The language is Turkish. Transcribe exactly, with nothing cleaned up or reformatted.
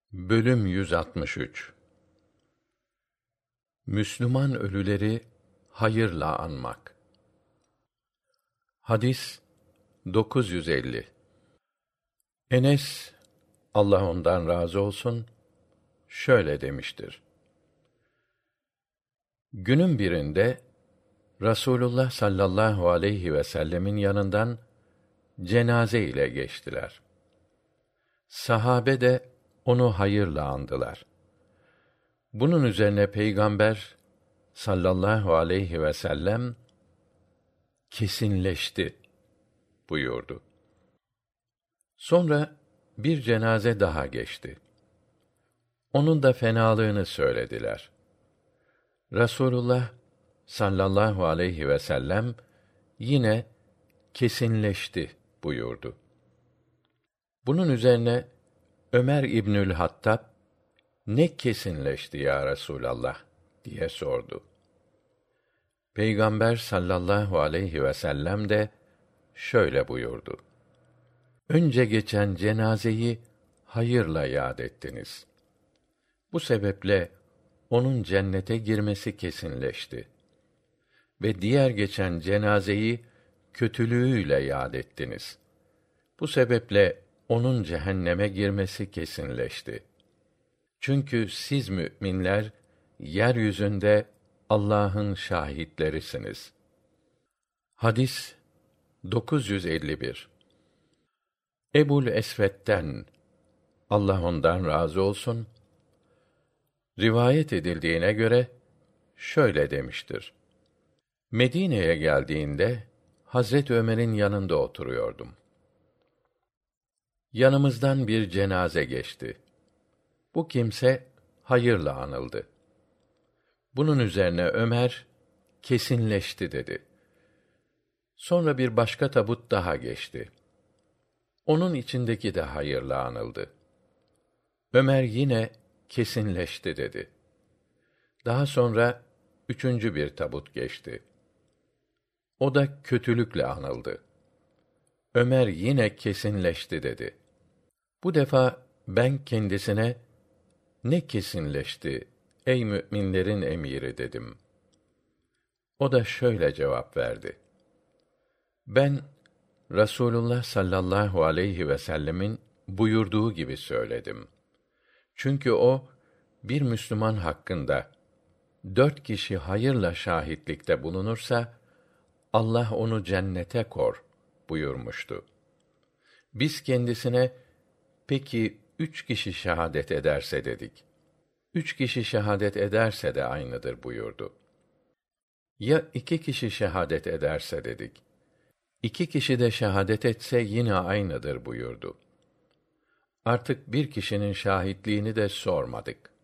Bölüm yüz altmış üç. Müslüman ölüleri hayırla anmak. Hadis dokuz yüz elli. Enes, Allah ondan razı olsun, şöyle demiştir: Günün birinde Rasulullah sallallahu aleyhi ve sellemin yanından cenaze ile geçtiler. Sahabe de onu hayırla andılar. Bunun üzerine Peygamber sallallahu aleyhi ve sellem kesinleşti buyurdu. Sonra bir cenaze daha geçti. Onun da fenalığını söylediler. Rasulullah sallallahu aleyhi ve sellem yine kesinleşti buyurdu. Bunun üzerine Ömer İbnül Hattab, ne kesinleşti ya Resûlallah diye sordu. Peygamber sallallahu aleyhi ve sellem de şöyle buyurdu: Önce geçen cenazeyi hayırla yad ettiniz. Bu sebeple onun cennete girmesi kesinleşti. Ve diğer geçen cenazeyi kötülüğüyle yad ettiniz. Bu sebeple onun cehenneme girmesi kesinleşti. Çünkü siz mü'minler yeryüzünde Allah'ın şahitlerisiniz. Hadis dokuz yüz elli bir. Ebul Esved'den, Allah ondan razı olsun, rivayet edildiğine göre şöyle demiştir: Medine'ye geldiğinde Hazret Ömer'in yanında oturuyordum. Yanımızdan bir cenaze geçti. Bu kimse hayırla anıldı. Bunun üzerine Ömer kesinleşti dedi. Sonra bir başka tabut daha geçti. Onun içindeki de hayırla anıldı. Ömer yine kesinleşti dedi. Daha sonra üçüncü bir tabut geçti. O da kötülükle anıldı. Ömer yine kesinleşti dedi. Bu defa ben kendisine, ne kesinleşti ey mü'minlerin emiri dedim. O da şöyle cevap verdi: Ben Rasulullah sallallahu aleyhi ve sellemin buyurduğu gibi söyledim. Çünkü o bir Müslüman hakkında dört kişi hayırla şahitlikte bulunursa Allah onu cennete kor buyurmuştu. Biz kendisine, peki üç kişi şehadet ederse dedik. Üç kişi şehadet ederse de aynıdır buyurdu. Ya iki kişi şehadet ederse dedik. İki kişi de şehadet etse yine aynıdır buyurdu. Artık bir kişinin şahitliğini de sormadık.